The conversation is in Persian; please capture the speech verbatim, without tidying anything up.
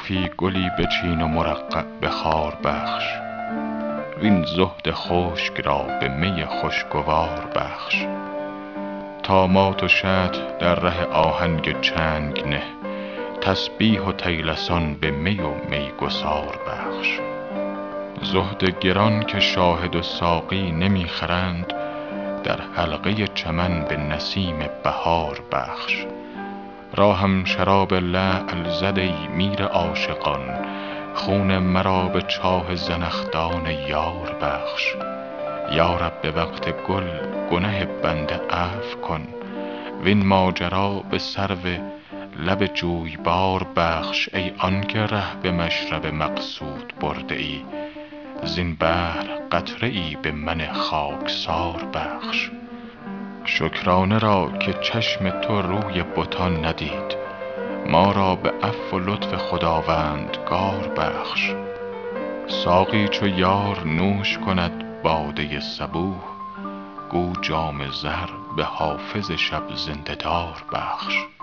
رفیق گلی بچین و مرقع به خار بخش، وین زهد خشک را به می خوشگوار بخش. طامات و شطح در ره آهنگ چنگ نه، تسبیح و طیلسان به می و میگسار بخش. زهد گران که شاهد و ساقی نمی خرند، در حلقه چمن به نسیم بهار بخش. راهم شراب لعل زد ای میر عاشقان، خون مرا به چاه زنخدان یار بخش. یا رب به وقت گل گنه بنده عفو کن، وین ماجرا به سرو لب جویبار بخش. ای آنکه ره به مشرب مقصود برده ای، زین بحر قطره ای به من خاکسار بخش. شکرانه را که چشم تو روی بتان ندید، ما را به عفو و لطف خداوندگار بخش. ساقی چو یار نوش کند باده صبوح، گو جام زر به حافظ شب زنده دار بخش.